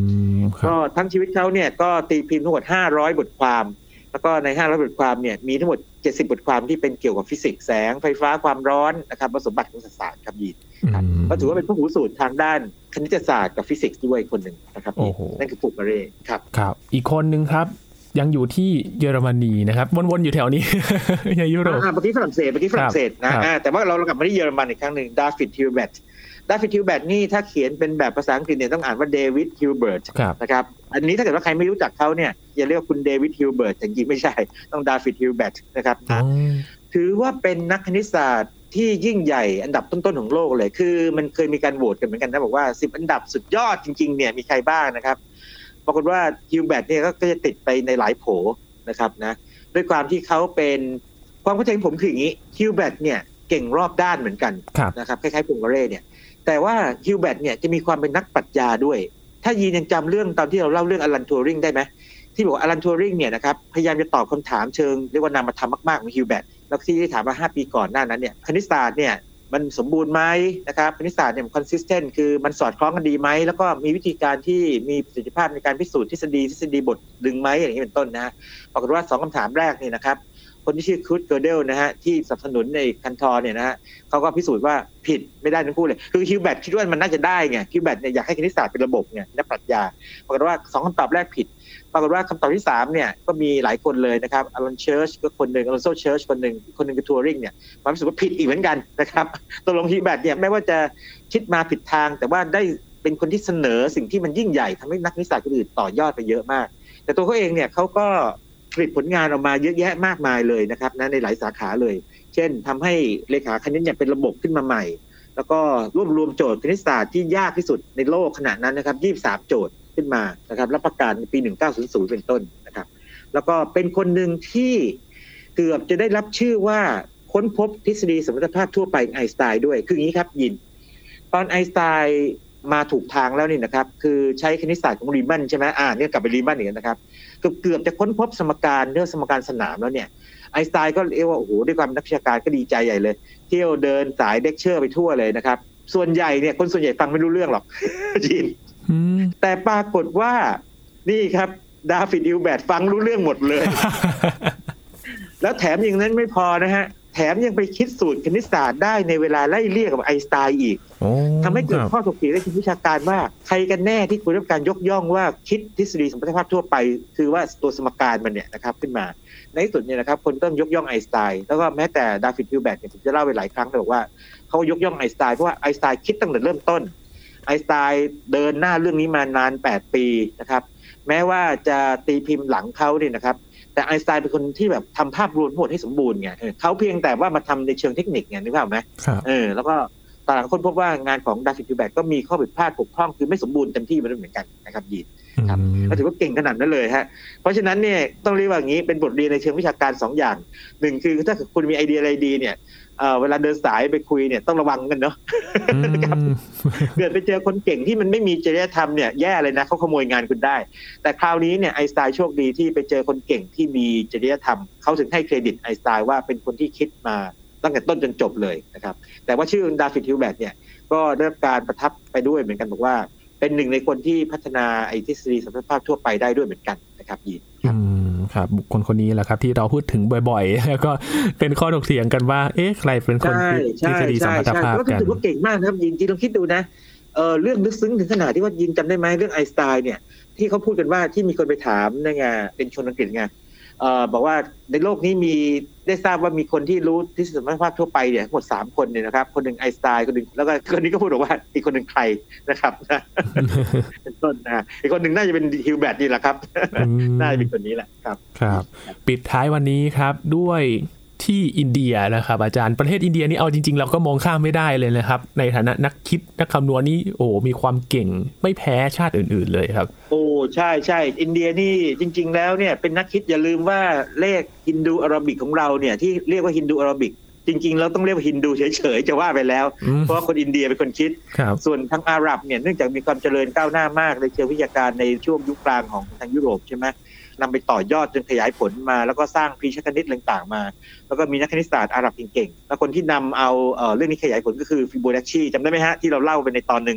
ก็ทั้งชีวิตเขาเนี่ยก็ตีพิมพ์ทั้งหมด500บทความแล้วก็ใน500บทความเนี่ยมีทั้งหมด70บทความที่เป็นเกี่ยวกับฟิสิกส์แสงไฟฟ้าความร้อนนะครับสมบัติของศาสตร์ครับยีนครับก็ถือว่าเป็นผู้หูสูตรทางด้านคณิตศาสตร์กับฟิสิกส์ด้วยคนหนึ่งนะครับนั่นคือปูกาเร่ครับครับอีกคนนึงครับยังอยู่ที่เยอรมนีนะครับวนๆอยู่แถวนี้ ในยุโรปเมื่อกี้ฝรั่งเศสนะแต่ว่าเรากลับมาที่เยอรมันอีกครั้งหนึ่งดาฟิดฮิลเบิร์ตนี่ถ้าเขียนเป็นแบบภาษาอังกฤษเนี่ยต้องอ่านว่าเดวิดฮิลเบิร์ตนะครับอันนี้ถ้าเกิดว่าใครไม่รู้จักเขาเนี่ยอย่าเรียกว่าคุณเดวิดฮิลเบิร์ตจริงๆไม่ใช่ต้องดาฟิดฮิลเบิร์ตนะครับถือว่าเป็นนักคณิตศาสตร์ที่ยิ่งใหญ่อันดับต้นๆของโลกเลยคือมันเคยมีการโหวตกันเหมือนกันนะบอกว่า10อันดับสุดยอดจริงๆเนี่ยมีใครบ้างนะครับปรากฏว่าฮิลเบิร์ตเนี่ยก็จะติดไปในหลายโผนะครับนะด้วยความที่เขาเป็นความเข้าใจของผมคืออย่างนี้ฮิลเบิร์ตเนี่ยเก่งรอบด้านเหมือนกันนะครับคล้ายๆปูกาเร่เนี่ยแต่ว่าฮิลเบิร์ตเนี่ยจะมีความเป็นนักปรัชญาด้วยถ้ายีนยังจำเรื่องตอนที่เราเล่าเรื่องอลันทัวริงได้ไหมที่บอกว่าอลันทัวริงเนี่ยนะครับพยายามจะตอบคำถามเชิงเรียกว่านามธรรมมากๆของฮิลเบิร์ตแล้วที่ได้ถามว่า5ปีก่อนหน้านั้นเนี่ยคณิตศาสตร์เนี่ยมันสมบูรณ์ไหมนะครับคณิตศาสตร์เนี่ยมัน consistent คือมันสอดคล้องกันดีไหมแล้วก็มีวิธีการที่มีประสิทธิภาพในการพิสูจน์ทฤษฎีบทดึงไหมอย่างนี้เป็นต้นนะปรากฏว่า2คำถามแรกนี่นะครับคนที่ชื่อครูดเกอร์เดลนะฮะที่สนับสนุนในคันทอร์เนี่ยนะฮะเขาก็พิสูจน์ว่าผิดไม่ได้ทั้งคู่เลยคือฮิลเบิร์ตคิดว่ามันน่าจะได้ไงฮิลเบิร์ตเนี่ยอยากให้คณิตศาสตร์เป็นระบบไงนักปรัชญาปรากฏว่า2คำตอบแรกผิดปรากฏว่าคำตอบที่3เนี่ยก็มีหลายคนเลยนะครับอลันเชิร์ชก็คนหนึ่งอลันโซเชิร์ชคนหนึ่งคือทัวริงเนี่ยความรู้สึกว่าผิดอีกเหมือนกันนะครับตกลงฮิลเบิร์ตเนี่ยไม่ว่าจะคิดมาผิดทางแต่ว่าได้เป็นคนที่เสนอสิ่งที่มันยิ่งใหญ่ทำให้นักคณิตศาสตร์คนอื่นต่อยอดไปเยอะมากแต่ตัวเขาเองเนี่ยเขาก็ผลิตผลงานออกมาเยอะแยะมากมายเลยนะครับนะในหลายสาขาเลยเช่นทำให้เลขาคณิตเนี่ยเป็นระบบขึ้นมาใหม่แล้วก็รวมโจทย์คณิตศาสตร์ที่ยากที่สุดในโลกขณะนั้นนะครับ23โจทย์ขึ้นมานะครับรับประกาศในปี1900เป็นต้นนะครับแล้วก็เป็นคนหนึ่งที่เกือบจะได้รับชื่อว่าค้นพบทฤษฎีสมรรถภาพทั่วไปไอน์สไตน์ด้วยคืออย่างนี้ครับยินตอนไอน์สไตน์มาถูกทางแล้วนี่นะครับคือใช้คณิตศาสตร์ของรีมันใช่ไหมเนี่ยกลับไปรีมันอีกนะครับเกือบจะค้นพบสมการเรื่องสมการสนามแล้วเนี่ยไอน์สไตน์ก็เรียกว่าโอ้โหด้วยความนักวิชาการก็ดีใจใหญ่เลยเที่ยวเดินสายเลคเชอร์ไปทั่วเลยนะครับส่วนใหญ่เนี่ยคนส่วนใหญ่ฟังไม่รู้เรื่องหรอกจีนแต่ปรากฏว่านี่ครับดาฟิดฮิลเบิร์ตฟังรู้เรื่องหมดเลย แล้วแถมอย่างนั้นไม่พอนะฮะแถมยังไปคิดสูตรคณิตศาสตร์ได้ในเวลาไล่เลี่ยกับไอน์สไตน์อีกทำให้เกิดข้อถกเถียงในทางวิชาการว่าใครกันแน่ที่ควรได้รับการยกย่องว่าคิดทฤษฎีสมรรถภาพทั่วไปคือว่าตัวสมการมันเนี่ยนะครับขึ้นมาในที่สุดเนี่ยนะครับคนต้องยกย่องไอน์สไตน์แล้วก็แม้แต่ดาฟิดฮิลเบิร์ตเนี่ยผมจะเล่าไปหลายครั้งเลยบอกว่าเขายกย่องไอน์สไตน์เพราะว่าไอน์สไตน์คิดตั้งแต่เริ่มต้นไอน์สไตน์เดินหน้าเรื่องนี้มานาน8ปีนะครับแม้ว่าจะตีพิมพ์หลังเขาเนี่ยนะครับแต่ไอน์สไตน์เป็นคนที่แบบทำภาพรวมทั้งหมดให้สมบูรณ์ไงเขาเพียงแต่ว่ามาทำในเชิงเทคนิคไงนึกภาพไหมแล้วก็ตอนหลังคนพบว่างานของดาฟิดฮิลเบิร์ตก็มีข้อผิดพลาดบกพร่องคือไม่สมบูรณ์เต็มที่มันเหมือนกันนะครับยีนครับก็ถือว่าเก่งขนาดนั้นเลยฮะเพราะฉะนั้นเนี่ยต้องเรียกว่าอย่างนี้เป็นบทเรียนในเชิงวิชาการ2อย่าง1คือถ้าคุณมีไอเดียอะไรดีเนี่ยเวลาเดินสายไปคุยเนี่ยต้องระวังกันเนาะครับเกิดไปเจอคนเก่งที่มันไม่มีจริยธรรมเนี่ยแย่เลยนะเขาขโมยงานคุณได้แต่คราวนี้เนี่ยไอน์สไตน์โชคดีที่ไปเจอคนเก่งที่มีจริยธรรมเขาถึงให้เครดิตไอน์สไตน์ว่าเป็นคนที่คิดมาตั้งแต่ต้นจนจบเลยนะครับแต่ว่าชื่อดาฟิดฮิลเบิร์ตเนี่ยก็ได้รับการประทับไปด้วยเหมือนกันบอกว่าเป็นหนึ่งในคนที่พัฒนาไอทฤษฎีสมรรถภาพทั่วไปได้ด้วยเหมือนกันนะครับยีนครับบุคคลคนนี้แหละครับที่เราพูดถึงบ่อยๆแล้วก็เป็นข้อถกเถียงกันว่าใครเป็นคนคิดทฤษฎีสมรรถภาพกันก็ถือว่าเก่งมากนะครับยินจริงลองคิดดูนะเรื่องลึกซึ้งถึงขนาดที่ว่ายินจำได้ไหมเรื่องไอน์สไตน์เนี่ยที่เขาพูดกันว่าที่มีคนไปถามนี่ไงเป็นชนอังกฤษไงบอกว่าในโลกนี้มีได้ทราบว่ามีคนที่รู้ทฤษฎีสมรรถภาพทั่วไปเนี่ยทั้งหมด3คนเนี่ยนะครับคนหนึ่งไอน์สไตน์คนหนึ่งแล้วก็คนนี้ก็พูดบอกว่าอีกคนหนึ่งใครนะครับเป็นต้นนะอีกคนหนึ่งน่าจะเป็นฮิลเบิร์ตนี่แหละครับน่าจะเป็นคนนี้แหละครับครับปิดท้ายวันนี้ครับด้วยที่อินเดียนะครับอาจารย์ประเทศอินเดียนี่เอาจริงๆเราก็มองข้ามไม่ได้เลยนะครับในฐานะนักคิดนักคำนวณนี่มีความเก่งไม่แพ้ชาติอื่นๆเลยครับใช่อินเดียนี่จริงๆแล้วเนี่ยเป็นนักคิดอย่าลืมว่าเลขฮินดูอาราบิกของเราเนี่ยที่เรียกว่าฮินดูอาราบิกจริงๆเราต้องเรียกว่าฮินดูเฉยๆจะว่าไปแล้วเพราะว่าคนอินเดียเป็นคนคิดส่วนทางอาหรับเนี่ยเนื่องจากมีความเจริญก้าวหน้ามากในเชิงวิทยาการในช่วงยุคกลางของทางยุโรปใช่ไหมนำไปต่อยอดจนขยายผลมาแล้วก็สร้างพิชคณิตต่างๆมาแล้วก็มีนักคณิตศาสตร์อาหรับเก่งๆแล้วคนที่นำเอาเรื่องนี้ขยายผลก็คือฟิโบนัชชีจำได้ไหมฮะที่เราเล่าไปในตอนหนึ่ง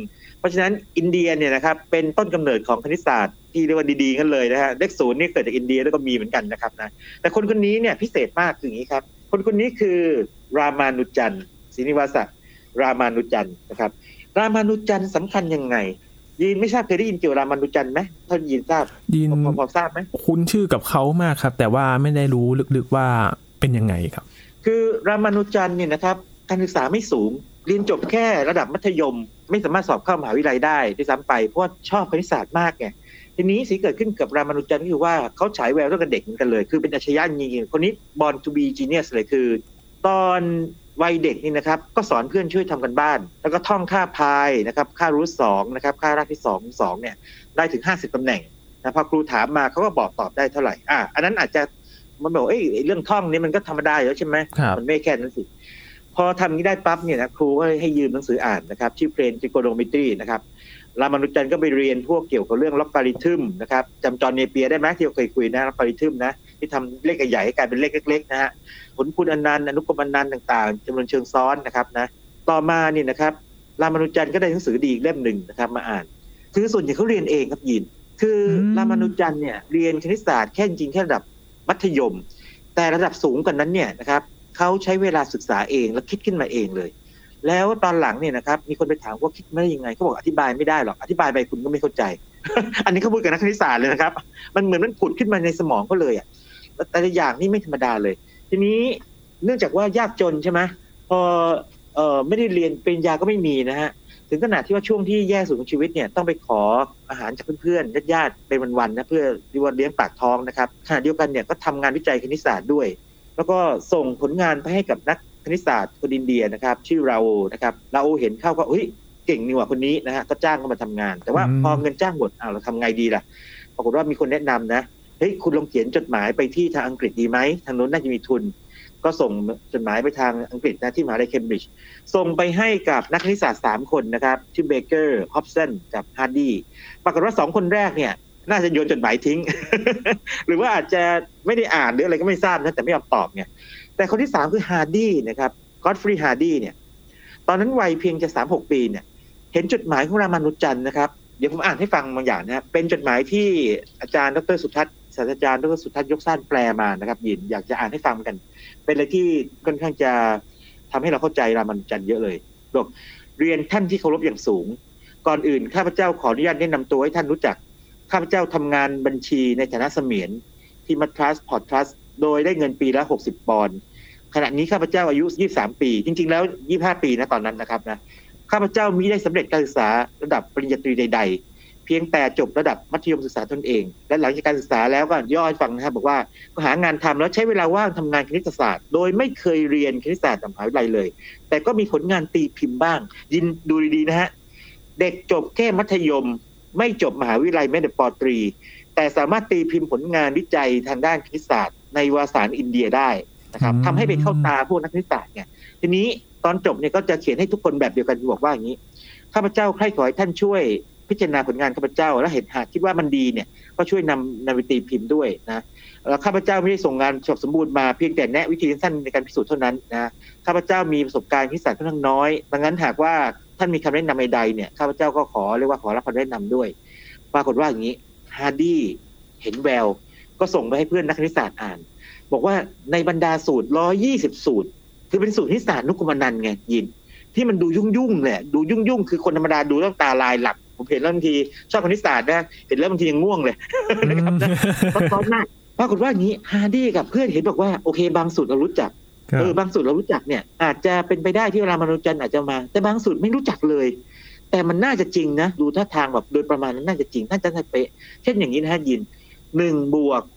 เพราะฉะนั้นอินเดียเนี่ยนะครับเป็นต้นกำเนิดของคณิตศาสตร์ที่เรียกว่าดีๆกันเลยนะฮะเลขศูนย์นี่เกิดจากอินเดียแล้วก็มีเหมือนกันนะครับนะแต่คนคนนี้เนี่ยพิเศษมากคืออย่างนี้ครับคนคนนี้คือรามานุจันทร์ศรีนิวาสรามานุจันทร์นะครับรามานุจันทร์สำคัญยังไงยินไม่ทราบเคยได้ยินเกี่ยวกับรามานุจันทร์ไหมท่านยินทราบยินพอทราบไหมคุ้นชื่อกับเขามากครับแต่ว่าไม่ได้รู้ลึกๆว่าเป็นยังไงครับคือรามานุจันทร์เนี่ยนะครับการศึกษาไม่สูงเรียนจบแค่ระดับมัธยมไม่สามารถสอบเข้ามหาวิทยาลัยได้ด้วยซ้ำไปเพราะชอบคณิตศาสตร์มากไงทีนี้สิ่งเกิดขึ้นกับรามานุจันทร์ก็คือว่าเขาฉายแววตั้งแต่เด็กเหมือนกันเลยคือเป็นอัจฉริยะจริงๆคนนี้ born to be genius เลยคือตอนวัยเด็กนี่นะครับก็สอนเพื่อนช่วยทำกันบ้านแล้วก็ท่องค่าพายนะครับค่ารูท2นะครับค่ารากที่2เนี่ยได้ถึง50ตำแหน่งนะพอครูถามมาเขาก็บอกตอบได้เท่าไหร่อันนั้นอาจจะมันบอกเรื่องท่องนี้มันก็ธรรมดาอยู่แล้วใช่ไหมมันไม่แค่นั้นสิพอทำนี้ได้ปั๊บเนี่ยนะครูก็ให้ยืมหนังสืออ่านนะครับชื่อเพลนทริโกโนเมตรีนะครับรามานุจันทร์ก็ไปเรียนพวกเกี่ยวกับเรื่องล็อกการิทึมนะครับจำจอห์นเนเปียร์ได้ไหมที่เราเคยคุยนะล็อกการิทึมนะที่ทำเลขใหญ่ให้กลายเป็นเลขเล็กๆนะฮะผลคูณอนันต์อนุกรมอนันต์ต่างๆจำนวนเชิงซ้อนนะครับนะต่อมาเนี่ยนะครับรามานุจันทร์ก็ได้หนังสือดีอีกเล่มหนึ่งนะครับมาอ่านคือส่วนใหญ่เขาเรียนเองครับยินคือรามานุจันทร์เนี่ยเรียนคณิตศาสตร์แค่จริงแค่ระดับมัธยมแต่ระดับสูงกว่านั้นเนี่ยนะครับเขาใช้เวลาศึกษาเองและคิดขึ้นมาเองเลยแล้วตอนหลังเนี่ยนะครับมีคนไปถามว่าคิดมาได้ยังไงเขาบอกอธิบายไม่ได้หรอกอธิบายไปคุณก็ไม่เข้าใจ อันนี้เขาพูดกับนักคณิตศาสตร์เลยนะครับมันเหมือนมันผุดขึ้นมาในสมองเขาเลยแต่ละอย่างนี่ไม่ธรรมดาเลยทีนี้เนื่องจากว่ายากจนใช่ไหมพอไม่ได้เรียนปริญญาก็ไม่มีนะฮะถึงขนาดที่ว่าช่วงที่แย่สุดของชีวิตเนี่ยต้องไปขออาหารจากเพื่อนๆญาติๆเป็นวันๆนะเพื่อที่ว่าเลี้ยงปากท้องนะครับขณะเดียวกันเนี่ยก็ทำงานวิจัยคณิตศาสตร์ด้วยแล้วก็ส่งผลงานไปให้กับนักคณิตศาสตร์คนอินเดียนะครับชื่อราโอนะครับราโอเห็นเข้าก็เก่งนี่หว่าคนนี้นะฮะก็จ้างเขามาทำงานแต่ว่าพอเงินจ้างหมดเราทำไงดีล่ะปรากฏว่ามีคนแนะนำนะคุณลองเขียนจดหมายไปที่ทางอังกฤษดีไหมทางโน้นน่าจะมีทุนก็ส่งจดหมายไปทางอังกฤษนะที่มหาวิทยาลัยเคมบริดจ์ส่งไปให้กับนักคณิตศาสตร์3คนนะครับชื่อเบเกอร์ฮอปสันกับฮาร์ดีปรากฏว่า2คนแรกเนี่ยน่าจะโยนจดหมายทิ้ง หรือว่าอาจจะไม่ได้อ่านหรืออะไรก็ไม่ทราบนะแต่ไม่ยอมตอบไงแต่คนที่3คือฮาร์ดีนะครับก็อดฟรีย์ฮาร์ดีเนี่ยตอนนั้นวัยเพียงจะ 36 ปีเนี่ยเห็นจดหมายของรามานุจันทร์นะครับเดี๋ยวผมอ่านให้ฟังบางอย่างนะครับเป็นจดหมายที่อาจารย์ดร.สุทัศน์ศาสตราจารย์ดร.สุทัศน์ยกซ่านแปลมานะครับยินอยากจะอ่านให้ฟังกันเป็นอะไรที่ค่อนข้างจะทำให้เราเข้าใจรามานุจันทร์เยอะเลยบอกเรียนท่านที่เคารพอย่างสูงก่อนอื่นข้าพเจ้าขออนุญาตแนะนำตัวให้ท่านรู้จักข้าพเจ้าทำงานบัญชีในฐานะเสมียนที่มัดทรัสพอร์ตทรัสโดยได้เงินปีละ60 ปอนด์ขณะนี้ข้าพเจ้าอายุ23 ปีจริงๆแล้ว25 ปีนะตอนนั้นนะครับนะข้าพเจ้ามิได้สำเร็จการศึกษาระดับปริญญาตรีใดๆเพียงแต่จบระดับมัธยมศึกษาตนเองและหลังจากการศึกษาแล้วก็ย่อให้ฟังนะครับบอกว่าก็หางานทำแล้วใช้เวลาว่างทำงานคณิตศาสตร์โดยไม่เคยเรียนคณิตศาสตร์มหาวิทยาลัยเลยแต่ก็มีผลงานตีพิมพ์บ้างยินดูดีๆนะฮะเด็กจบแค่มัธยมไม่จบมหาวิทยาลัยแม้แต่ป.ตรีแต่สามารถตีพิมพ์ผลงานวิจัยทางด้านคณิตศาสตร์ในวารสารอินเดียได้นะครับทำให้ไปเข้าตาพวกนักคณิตศาสตร์เนี่ยทีนี้ตอนจบเนี่ยก็จะเขียนให้ทุกคนแบบเดียวกันบอกว่าอย่างนี้ข้าพเจ้าใคร่ขอให้ท่านช่วยพิจารณาผลงานข้าพเจ้าและหากคิดว่ามันดีเนี่ยก็ช่วยนำไปตีพิมพ์ด้วยนะแล้วข้าพเจ้าไม่ได้ส่งงานฉบับสมบูรณ์มาเพียงแต่แนะวิธีสั้นในการพิสูจน์เท่านั้นนะข้าพเจ้ามีประสบการณ์คณิตศาสตร์ค่อนข้างน้อยดังนั้นหากว่าท่านมีคำแนะนำใดๆเนี่ยข้าพเจ้าก็ขอรับคำแนะนำด้วยปรากฏว่าอย่างนี้ฮาร์ดี้เห็นแววก็ส่งไปให้เพื่อนนักคณิตศาสตร์อ่านบอกว่าในบรรดาสูตร120สูตรคือเป็นสูตรคณิตศาสตร์อนุกรมอนันต์ไงยินที่มันดูยุ่งๆแหละดูยุ่งๆคือคนธรรมดาดูแล้วตาลายหลับผมเห็นแล้วบางทีชอบคณิตศาสตร์นะเห็นแล้วบางทียังง่วงเลยนะครับนะตอนนั้นปรากฏว่าอย่างนี้ฮาร์ดี้กับเพื่อนเห็นบอกว่าโอเคบางสูตรเรารู้จักบางสูตรเรารู้จักเนี่ยอาจจะเป็นไปได้ที่รามานุจันทร์อาจจะมาแต่บางสูตรไม่รู้จักเลยแต่มันน่าจะจริงนะดูท่าทางแบบโดยประมาณนั้นน่าจะจริงท่านจะเป๊ะเช่นอย่างนี้นะฮะยิน1 บวก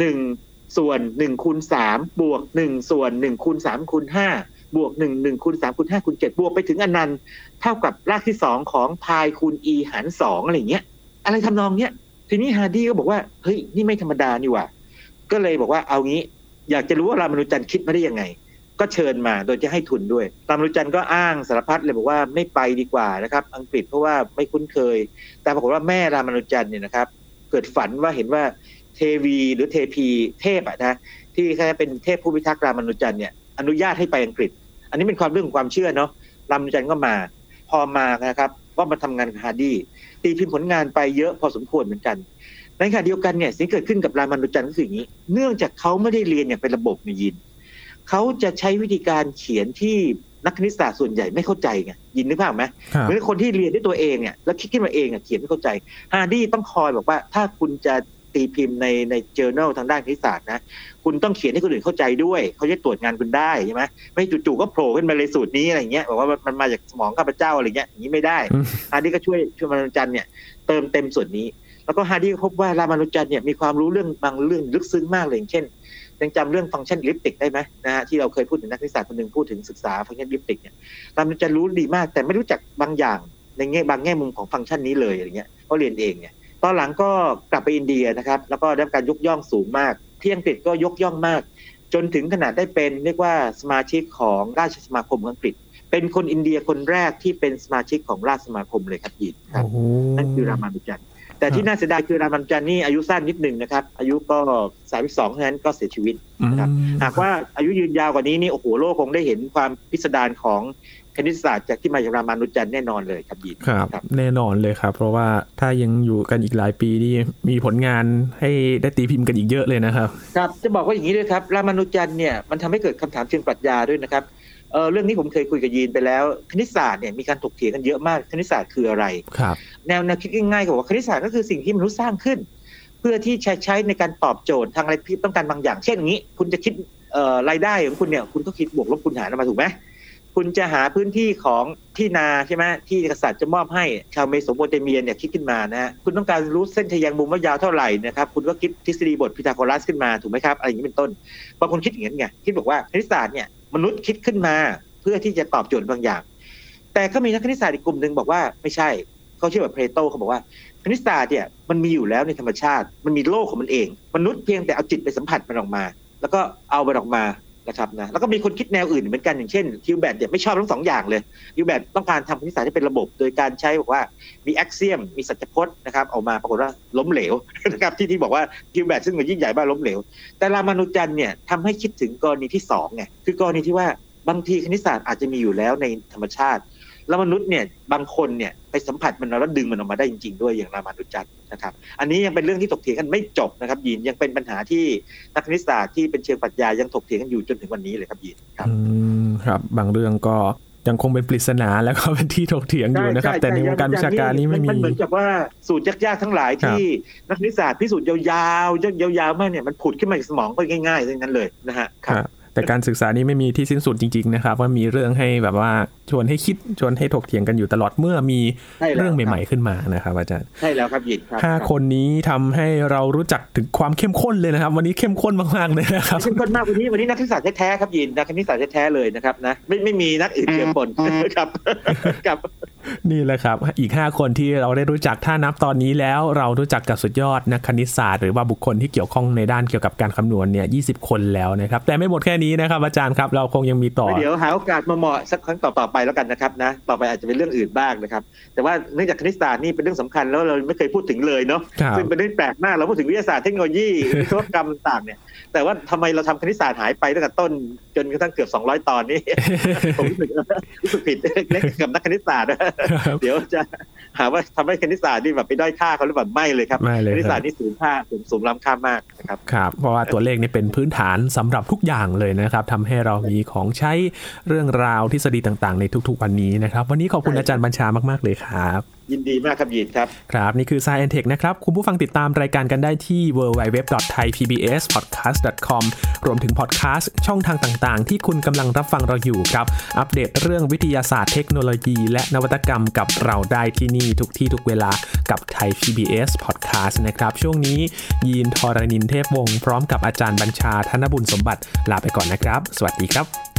1 ส่วน 1 คูณ 3 บวก 1 ส่วน 1 คูณ 3 คูณ 5 บวก 1 1 คูณ 3 คูณ 5 คูณ 7 บวกไปถึงอนันต์เท่ากับรากที่2ของพายคูณ e หาร2อะไรเงี้ยอะไรทำนองเนี้ยทีนี้ฮาร์ดี้ก็บอกว่าเฮ้ยนี่ไม่ธรรมดานี่หว่าก็เลยบอกว่าเอางี้อยากจะรู้ว่ารามานุจันทร์คิดมาได้ยังไงก็เชิญมาโดยจะให้ทุนด้วยรามานุจันทร์ก็อ้างสารพัดเลยบอกว่าไม่ไปดีกว่านะครับอังกฤษเพราะว่าไม่คุ้นเคยแต่ปรากฏว่าแม่รามานุจันทร์เนี่ยนะครับเกิดฝันว่าเห็นว่าเทวีหรือเทพีเทพนะที่แค่เป็นเทพผู้พิทักษ์รามานุจันทร์เนี่ยอนุญาตให้ไปอังกฤษอันนี้เป็นความเรื่องของความเชื่อเนาะรามานุจันทร์ก็มาพอมานะครับก็มาทำงานกับฮาร์ดี้ตีพิมพ์ผลงานไปเยอะพอสมควรเหมือนกันในขณะเดียวกันเนี่ยสิ่งเกิดขึ้นกับรามานุจันก็คืออย่างนี้เนื่องจากเขาไม่ได้เรียนอย่างเป็นระบบในยินเขาจะใช้วิธีการเขียนที่นักคณิตศาสตร์ส่วนใหญ่ไม่เข้าใจไงยินนึกภาพไหมเหมือนคนที่เรียนด้วยตัวเองเนี่ยแล้วคิดขึ้นมาเองเขียนไม่เข้าใจฮาร์ดี้ต้องคอยบอกว่าถ้าคุณจะตีพิมพ์ใน journal ทางด้านคณิตศาสตร์นะคุณต้องเขียนให้คนอื่นเข้าใจด้วยเขาจะตรวจงานคุณได้ใช่ไหมไม่จู่ๆก็โผล่ขึ้นมาเลยสูตรนี้อะไรเงี้ยบอกว่ามันมาจากสมองข้าพเจ้าอะไรเงี้ยอย่างนี้ไม่ได้ฮาร์ดี้ก็ช่วยรามานุจันเนี่ยเติมเต็มส่วนนี้แล้วก็ฮาร์ดี้พบว่ารามานุจันเนี่ยมีความรู้เรื่องบางเรื่องลึกซึ้งมากเลยอย่างเช่นยังจำเรื่องฟังก์ชันอิลลิปติกได้ไหมนะฮะที่เราเคยพูดถึงนักคณิตศาสตร์คนหนึ่งพูดถึงศึกษาฟังก์ชันอิลลิปติกเนี่ยรามานุจันรู้ดีมากแต่ไม่รู้จักบางอย่างในแง่บางแง่มุมของฟังก์ชันนี้เลยอะไรเงี้ยเขาเรียนเองเนี่ยตอนหลังก็กลับไปอินเดียนะครับแล้วก็ได้รับการยกย่องสูงมากที่อังกฤษก็ยกย่องมากจนถึงขนาดได้เป็นเรียกว่าสมาชิกของราชสมาคมอังกฤษเป็นคนอินเดียคนแรกที่เป็นสมาชิกของราชสมาคมเลยครับยินครับนั่นคือรามานุจันแต่ที่น่าเสียดายคือรามานุจันนี่อายุสั้นนิดนึงนะครับอายุก็32เท่านั้นก็เสียชีวิตนะครับหากว่าอายุยืนยาวกว่านี้นี่โอ้โหโลกคงได้เห็นความพิสดารของคณิตศาสตร์จากที่มาจากรามานุจันแน่นอนเลยครับยินครับแน่นอนเลยครับเพราะว่าถ้ายังอยู่กันอีกหลายปีนี่มีผลงานให้ได้ตีพิมพ์กันอีกเยอะเลยนะครับครับจะบอกว่าอย่างนี้เลยครับรามานุจันเนี่ยมันทำให้เกิดคำถามเชิงปรัชญาด้วยนะครับเรื่องนี้ผมเคยคุยกับยีนไปแล้วคณิตศาสตร์เนี่ยมีการถกเถียงกันเยอะมากคณิตศาสตร์คืออะไรแนวคิดง่ายๆก็บอกว่าคณิตศาสตร์ก็คือสิ่งที่มนุษย์สร้างขึ้นเพื่อที่ใช้ในการตอบโจทย์ทางอะไรที่ต้องการบางอย่างเช่นอย่างนี้คุณจะคิดรายได้ของคุณเนี่ยคุณก็คิดบวกลบคูณหารมาถูกไหมคุณจะหาพื้นที่ของที่นาใช่ไหมที่กษัตริย์จะมอบให้ชาวเมโสโปเตเมียเนี่ยคิดขึ้นมานะฮะคุณต้องการรู้เส้นทะแยงมุมว่ายาวเท่าไหร่นะครับคุณก็คิดทฤษฎีบทพีทาโกรัสขึ้นมาถูกไหมครับอะไรอย่างนี้เป็นต้นบางคนคิดอย่างนั้นไงคิดบอกว่าคณิตศาสตร์เนี่ยมนุษย์คิดขึ้นมาเพื่อที่จะตอบโจทย์บางอย่างแต่ก็มีนักคณิตศาสตร์อีกกลุ่มนึงบอกว่าไม่ใช่เขาชื่อแบบเพลโตเขาบอกว่าคณิตศาสตร์เนี่ยมันมีอยู่แล้วในธรรมชาติมันมีโลกของมันเองมนุษย์เพียงแต่เอาจิตไปสัมผัสมันออกมาแล้วก็เอามันออกมานะครับนะแล้วก็มีคนคิดแนวอื่นเหมือนกันอย่างเช่นฮิวแบร์ตเนี่ยไม่ชอบทั้งสองอย่างเลยฮิวแบร์ตต้องการทำคณิตศาสตร์ที่เป็นระบบโดยการใช้บอกว่ามีแอ็กเซียมมีสัจพจน์นะครับออกมาปรากฏว่าล้มเหลวนะครับที่บอกว่าฮิวแบร์ตซึ่งมันยิ่งใหญ่บ้าล้มเหลวแต่รามานุจันเนี่ยทำให้คิดถึงกรณีที่2ไงคือกรณีที่ว่าบางทีคณิตศาสตร์อาจจะมีอยู่แล้วในธรรมชาติแล้วมนุษย์เนี่ยบางคนเนี่ยไปสัมผัสมันแล้วดึงมันออกมาได้จริงๆด้วยอย่างรามานุจันนะครับอันนี้ยังเป็นเรื่องที่ถกเถียงกันไม่จบนะครับยินยังเป็นปัญหาที่นักคณิตศาสตร์ที่เป็นเชิงปรัชญายังถกเถียงกันอยู่จนถึงวันนี้เลยครับยินครับครับบางเรื่องก็ยังคงเป็นปริศนาแล้วก็เป็นที่ถกเถียงอยู่นะครับแต่ในวงการวิชาการนี้ไม่มีมันเหมือนกับว่าสูตรยากๆทั้งหลายที่นักคณิตศาสตร์พิสูจน์ยาวๆมากเนี่ยมันผุดขึ้นมาจากสมองก็ง่ายๆทั้งนั้นเลยนะฮะครับแต่การศึกษานี้ไม่มีที่สิ้นสุดจริงๆนะครับว่ามีเรื่องให้แบบว่าชวนให้คิดชวนให้ถกเถียงกันอยู่ตลอดเมื่อมีเรื่องใหม่ๆขึ้นมานะครับอาจารย์ใช่แล้วครับยินครับ 5คนนี้ทำให้เรารู้จักถึงความเข้มข้นเลยนะครับวันนี้เข้มข้นมากๆเลยนะครับเข้มข้นมากวันนี้นักคณิตศาสตร์แท้ๆครับยินนักคณิตศาสตร์แท้ๆเลยนะครับนะไม่มีนักอื่นเกี่ยวปนครับครับนี่แหละครับอีก5คนที่เราได้รู้จักถ้านับตอนนี้แล้วเรารู้จักกับสุดยอดนักคณิตศาสตร์หรือว่าบุคคลที่เกี่ยวข้องในด้านเกี่ยวกับการคำนวณเนี่ย20คนแล้วนะครับแต่ไม่หมดแค่นี้นะครับอาจารย์ครับเราคงยังมีต่อเดี๋ยวหาโอกาสมาเหมาะสักครั้งต่อไปแล้วกันนะครับนะต่อไปอาจจะเป็นเรื่องอื่นบ้างนะครับแต่ว่าเนื่องจากคณิตศาสตร์นี่เป็นเรื่องสำคัญแล้วเราไม่เคยพูดถึงเลยเนาะซึ่งเป็นเรื่องแปลกมากเราพูดถึงวิทยาศาสตร์เทคโนโลยีวิศวกรรมต่างๆเนี่ยแต่ว่าทำไมเราทำคณิตศาสตร์หายไปตั้งแต่ต้นจนกระทั่งเกือบ200ตอนนี้ผมรู้สึกผิดเล็กกับนักคณิตศาสตร์เดี๋ยวจะหาว่าทำให้คณิตศาสตร์นี่แบบไปด้อยค่าเขาหรือเปล่าไม่เลยครับคณิตศาสตร์นี่สูงค่าสูงล้ำค่ามากนะครับครับเพราะว่าตัวเลขนี่เป็นพื้นฐานสำหรับทุกอย่างเลยนะครับทำให้เรามีของใช้เรื่องราวทฤษฎีต่างๆในทุกๆวันนี้นะครับวันนี้ขอบคุณอาจารย์บัญชามากๆเลยครับยินดีมากครับยินครับครับนี่คือ Science Tech นะครับคุณผู้ฟังติดตามรายการกันได้ที่ www.thaipbspodcast.com รวมถึงพอดแคสต์ช่องทางต่างๆที่คุณกำลังรับฟังเราอยู่ครับอัปเดตเรื่องวิทยาศาสตร์เทคโนโลยีและนวัตกรรมกับเราได้ที่นี่ทุกที่ทุกเวลากับ Thai PBS Podcast นะครับช่วงนี้ยีนทรณินเทพวงศ์พร้อมกับอาจารย์บัญชาธนบุญสมบัติลาไปก่อนนะครับสวัสดีครับ